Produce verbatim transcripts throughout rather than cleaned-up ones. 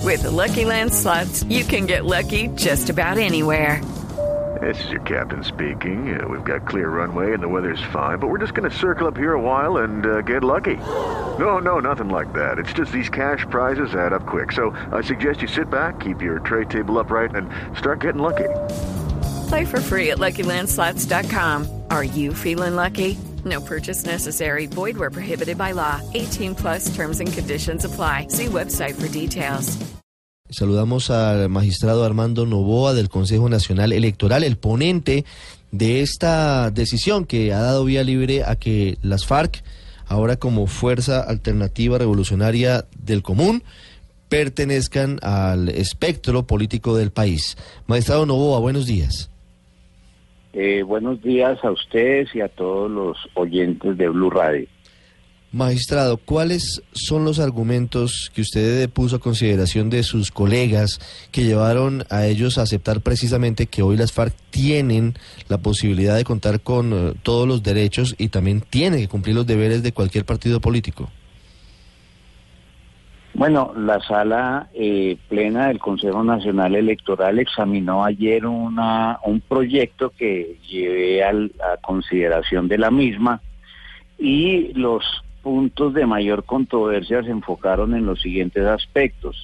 With the Lucky Land Slots, you can get lucky just about anywhere. This is your captain speaking. Uh, we've got clear runway and the weather's fine, but we're just going to circle up here a while and uh, get lucky. No, no, nothing like that. It's just these cash prizes add up quick. So I suggest you sit back, keep your tray table upright, and start getting lucky. Play for free at Lucky Land Slots dot com. Are you feeling lucky? No purchase necessary. Void where prohibited by law. eighteen plus terms and conditions apply. See website for details. Saludamos al magistrado Armando Noboa del Consejo Nacional Electoral, el ponente de esta decisión que ha dado vía libre a que las FARC, ahora como Fuerza Alternativa Revolucionaria del Común, pertenezcan al espectro político del país. Magistrado Noboa, buenos días. Eh, buenos días a ustedes y a todos los oyentes de Blue Radio. Magistrado, ¿cuáles son los argumentos que usted puso a consideración de sus colegas que llevaron a ellos a aceptar precisamente que hoy las FARC tienen la posibilidad de contar con uh, todos los derechos y también tienen que cumplir los deberes de cualquier partido político? Bueno, la sala eh, plena del Consejo Nacional Electoral examinó ayer una un proyecto que llevé al, a consideración de la misma, y los puntos de mayor controversia se enfocaron en los siguientes aspectos.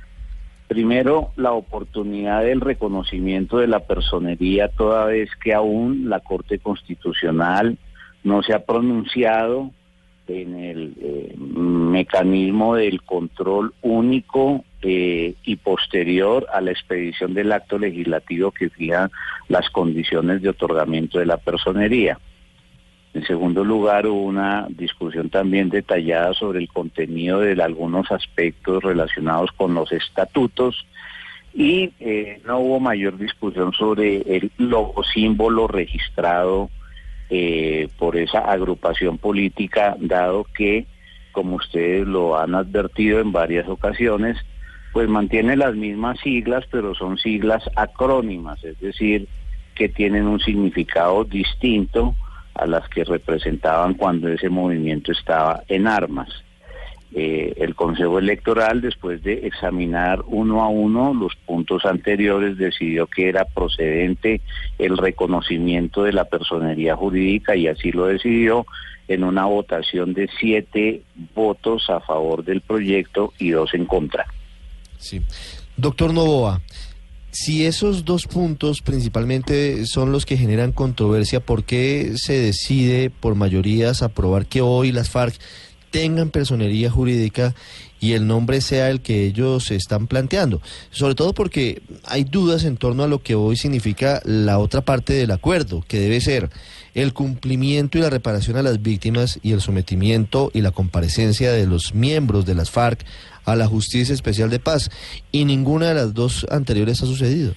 Primero, la oportunidad del reconocimiento de la personería, toda vez que aún la Corte Constitucional no se ha pronunciado en el eh, mecanismo del control único eh, y posterior a la expedición del acto legislativo que fija las condiciones de otorgamiento de la personería. En segundo lugar, hubo una discusión también detallada sobre el contenido de algunos aspectos relacionados con los estatutos, y eh, no hubo mayor discusión sobre el logo símbolo registrado eh, por esa agrupación política, dado que, como ustedes lo han advertido en varias ocasiones, pues mantiene las mismas siglas, pero son siglas acrónimas, es decir, que tienen un significado distinto a las que representaban cuando ese movimiento estaba en armas. Eh, el Consejo Electoral, después de examinar uno a uno los puntos anteriores, decidió que era procedente el reconocimiento de la personería jurídica, y así lo decidió en una votación de siete votos a favor del proyecto y dos en contra. Sí. Doctor Noboa, si esos dos puntos principalmente son los que generan controversia, ¿por qué se decide por mayorías aprobar que hoy las FARC tengan personería jurídica y el nombre sea el que ellos están planteando? Sobre todo porque hay dudas en torno a lo que hoy significa la otra parte del acuerdo, que debe ser el cumplimiento y la reparación a las víctimas y el sometimiento y la comparecencia de los miembros de las FARC a la Justicia Especial de Paz, y ninguna de las dos anteriores ha sucedido.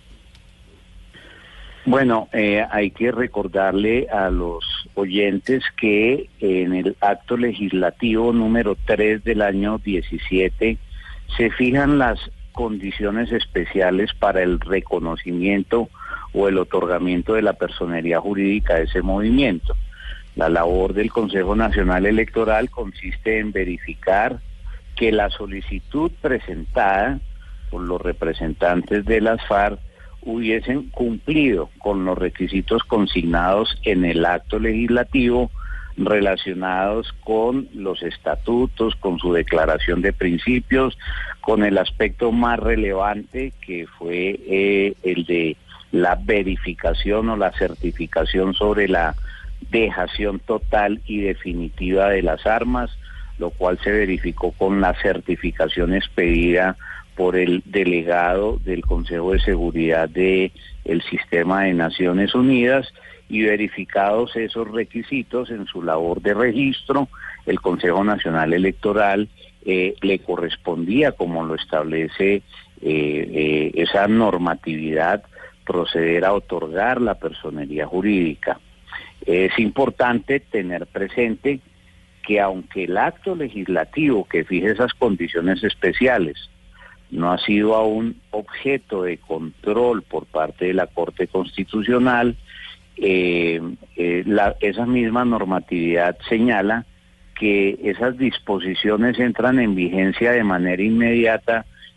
Bueno, eh, hay que recordarle a los oyentes que en el acto legislativo número tres del año diecisiete se fijan las condiciones especiales para el reconocimiento o el otorgamiento de la personería jurídica de ese movimiento. La labor del Consejo Nacional Electoral consiste en verificar que la solicitud presentada por los representantes de las FARC hubiesen cumplido con los requisitos consignados en el acto legislativo relacionados con los estatutos, con su declaración de principios, con el aspecto más relevante que fue eh, el de la verificación o la certificación sobre la dejación total y definitiva de las armas, lo cual se verificó con la certificación expedida por el delegado del Consejo de Seguridad del Sistema de Naciones Unidas, y verificados esos requisitos en su labor de registro, el Consejo Nacional Electoral eh, le correspondía, como lo establece eh, eh, esa normatividad, proceder a otorgar la personería jurídica. Es importante tener presente que aunque el acto legislativo que fije esas condiciones especiales no ha sido aún objeto de control por parte de la Corte Constitucional, eh, eh, la, esa misma normatividad señala que esas disposiciones entran en vigencia de manera inmediata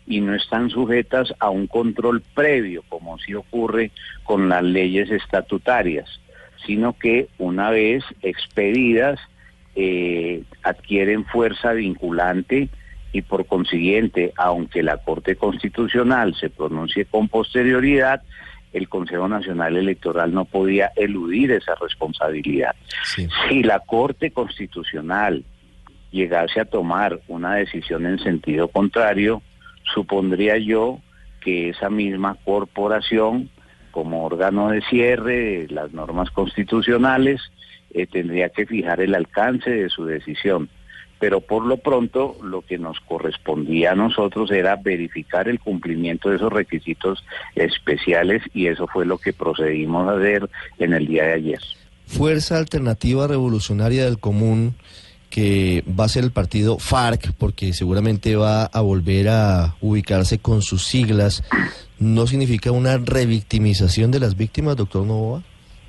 y no están sujetas a un control previo, como sí ocurre con las leyes estatutarias, sino que una vez expedidas eh, adquieren fuerza vinculante y por consiguiente, aunque la Corte Constitucional se pronuncie con posterioridad, el Consejo Nacional Electoral no podía eludir esa responsabilidad. Sí. Si la Corte Constitucional llegase a tomar una decisión en sentido contrario, supondría yo que esa misma corporación, como órgano de cierre de las normas constitucionales, eh, tendría que fijar el alcance de su decisión. Pero por lo pronto lo que nos correspondía a nosotros era verificar el cumplimiento de esos requisitos especiales y eso fue lo que procedimos a hacer en el día de ayer. Fuerza Alternativa Revolucionaria del Común, que va a ser el partido FARC, porque seguramente va a volver a ubicarse con sus siglas, ¿no significa una revictimización de las víctimas, doctor Novoa?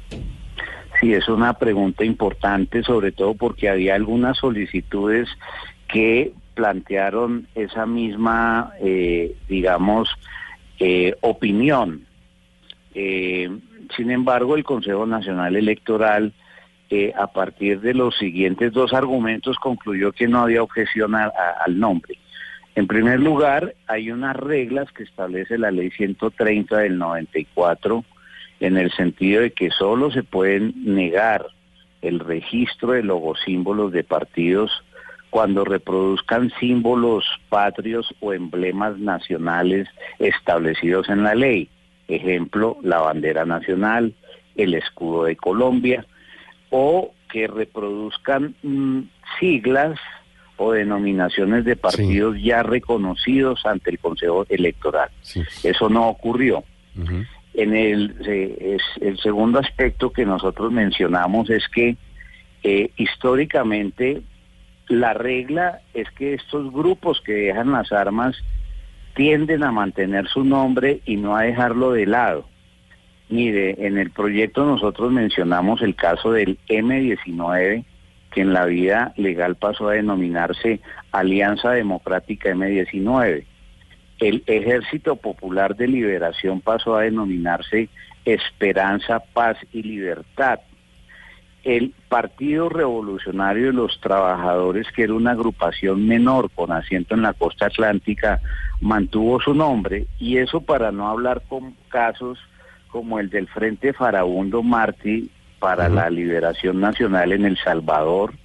Sí, es una pregunta importante, sobre todo porque había algunas solicitudes que plantearon esa misma, eh, digamos, eh, opinión. Eh, sin embargo, el Consejo Nacional Electoral, eh, a partir de los siguientes dos argumentos, concluyó que no había objeción a, a, al nombre. En primer lugar, hay unas reglas que establece la Ley ciento treinta del noventa y cuatro, en el sentido de que solo se pueden negar el registro de logosímbolos de partidos cuando reproduzcan símbolos patrios o emblemas nacionales establecidos en la ley. Ejemplo, la bandera nacional, el escudo de Colombia, o que reproduzcan mmm, siglas o denominaciones de partidos sí. ya reconocidos ante el Consejo Electoral. Sí. Eso no ocurrió. Uh-huh. En el, eh, es, el segundo aspecto que nosotros mencionamos es que eh, históricamente la regla es que estos grupos que dejan las armas tienden a mantener su nombre y no a dejarlo de lado. Mire, en el proyecto nosotros mencionamos el caso del eme diecinueve, que en la vida legal pasó a denominarse Alianza Democrática eme diecinueve. El Ejército Popular de Liberación pasó a denominarse Esperanza, Paz y Libertad. El Partido Revolucionario de los Trabajadores, que era una agrupación menor con asiento en la costa atlántica, mantuvo su nombre, y eso para no hablar con casos como el del Frente Farabundo Martí para uh-huh. la Liberación Nacional en El Salvador,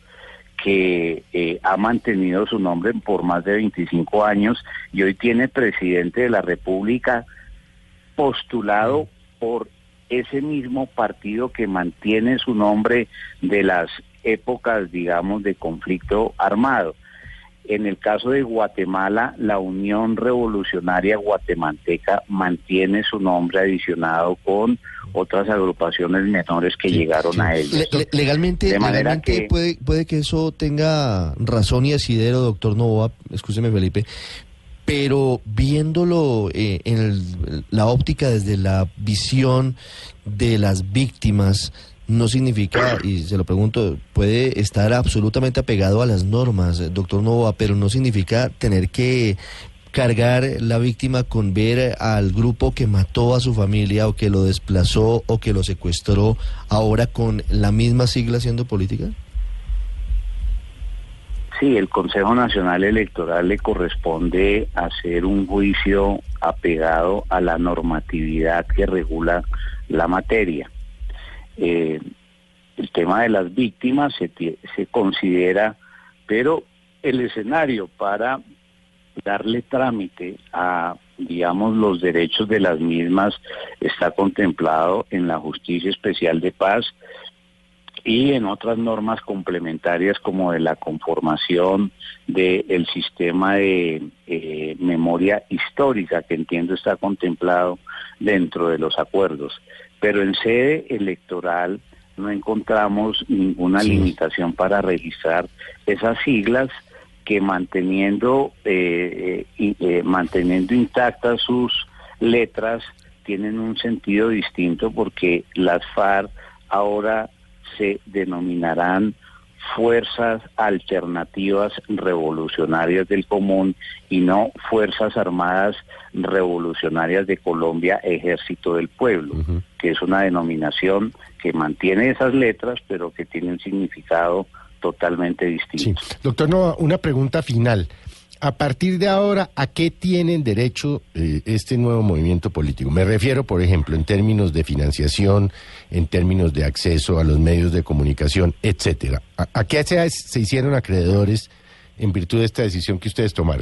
que eh, ha mantenido su nombre por más de veinticinco años y hoy tiene presidente de la República postulado por ese mismo partido que mantiene su nombre de las épocas, digamos, de conflicto armado. En el caso de Guatemala, la Unión Revolucionaria Guatemalteca mantiene su nombre adicionado con otras agrupaciones menores que sí, llegaron sí. a ellos. Le, le, legalmente, de manera legalmente que puede, puede que eso tenga razón y asidero, doctor Novoa, escúcheme Felipe, pero viéndolo eh, en el, la óptica desde la visión de las víctimas, no significa, y se lo pregunto, puede estar absolutamente apegado a las normas, doctor Novoa, pero no significa tener que cargar la víctima con ver al grupo que mató a su familia o que lo desplazó o que lo secuestró ahora con la misma sigla haciendo política. Sí, el Consejo Nacional Electoral le corresponde hacer un juicio apegado a la normatividad que regula la materia. Eh, el tema de las víctimas se, se considera, pero el escenario para darle trámite a, digamos, los derechos de las mismas está contemplado en la Justicia Especial de Paz y en otras normas complementarias como de la conformación del sistema de eh, memoria histórica, que entiendo está contemplado dentro de los acuerdos. Pero en sede electoral no encontramos ninguna sí. limitación para registrar esas siglas que manteniendo eh, eh, eh, manteniendo intactas sus letras tienen un sentido distinto, porque las FARC ahora se denominarán fuerzas alternativas revolucionarias del común y no Fuerzas Armadas Revolucionarias de Colombia, Ejército del Pueblo, uh-huh. que es una denominación que mantiene esas letras, pero que tiene un significado totalmente distinto. Sí. Doctor Novoa, una pregunta final. A partir de ahora, ¿a qué tienen derecho eh, este nuevo movimiento político? Me refiero, por ejemplo, en términos de financiación, en términos de acceso a los medios de comunicación, etcétera. ¿A, a qué se, se hicieron acreedores en virtud de esta decisión que ustedes tomaron?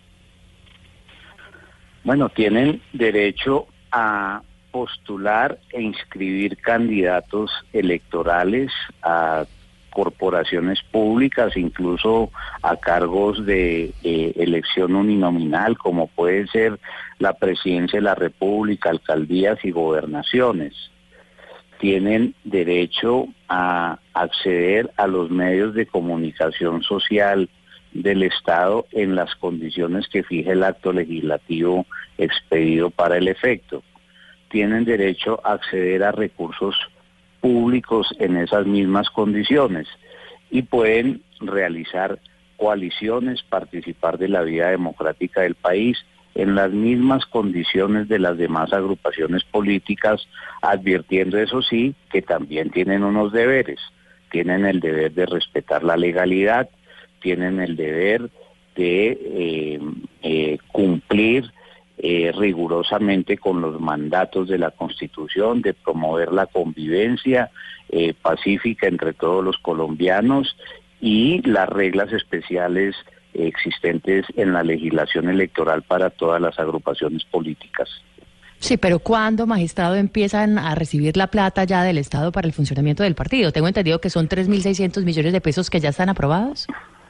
Bueno, tienen derecho a postular e inscribir candidatos electorales a corporaciones públicas, incluso a cargos de eh, elección uninominal, como puede ser la presidencia de la República, alcaldías y gobernaciones. Tienen derecho a acceder a los medios de comunicación social del Estado en las condiciones que fije el acto legislativo expedido para el efecto. Tienen derecho a acceder a recursos públicos en esas mismas condiciones y pueden realizar coaliciones, participar de la vida democrática del país en las mismas condiciones de las demás agrupaciones políticas, advirtiendo eso sí que también tienen unos deberes. Tienen el deber de respetar la legalidad, tienen el deber de eh, eh, cumplir Eh, rigurosamente con los mandatos de la Constitución, de promover la convivencia eh, pacífica entre todos los colombianos y las reglas especiales eh, existentes en la legislación electoral para todas las agrupaciones políticas. Sí, pero ¿cuándo, magistrado, empiezan a recibir la plata ya del Estado para el funcionamiento del partido? Tengo entendido que son tres mil seiscientos millones de pesos que ya están aprobados.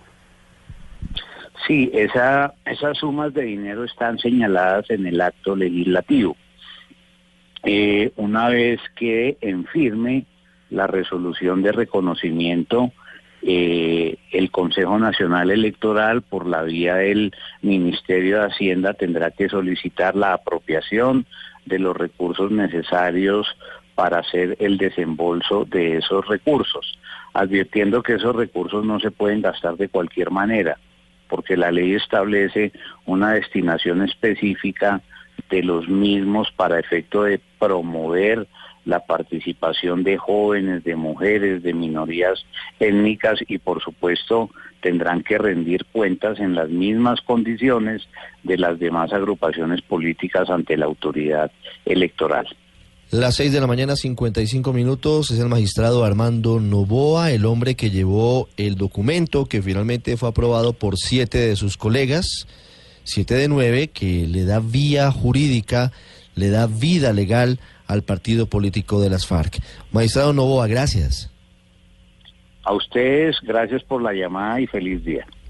Sí, esa, esas sumas de dinero están señaladas en el acto legislativo. Eh, una vez que en firme la resolución de reconocimiento, eh, el Consejo Nacional Electoral, por la vía del Ministerio de Hacienda, tendrá que solicitar la apropiación de los recursos necesarios para hacer el desembolso de esos recursos, advirtiendo que esos recursos no se pueden gastar de cualquier manera, porque la ley establece una destinación específica de los mismos para efecto de promover la participación de jóvenes, de mujeres, de minorías étnicas y por supuesto tendrán que rendir cuentas en las mismas condiciones de las demás agrupaciones políticas ante la autoridad electoral. Las seis de la mañana, cincuenta y cinco minutos, es el magistrado Armando Novoa, el hombre que llevó el documento que finalmente fue aprobado por siete de sus colegas, siete de nueve, que le da vía jurídica, le da vida legal al partido político de las FARC. Magistrado Novoa, gracias. A ustedes, gracias por la llamada y feliz día.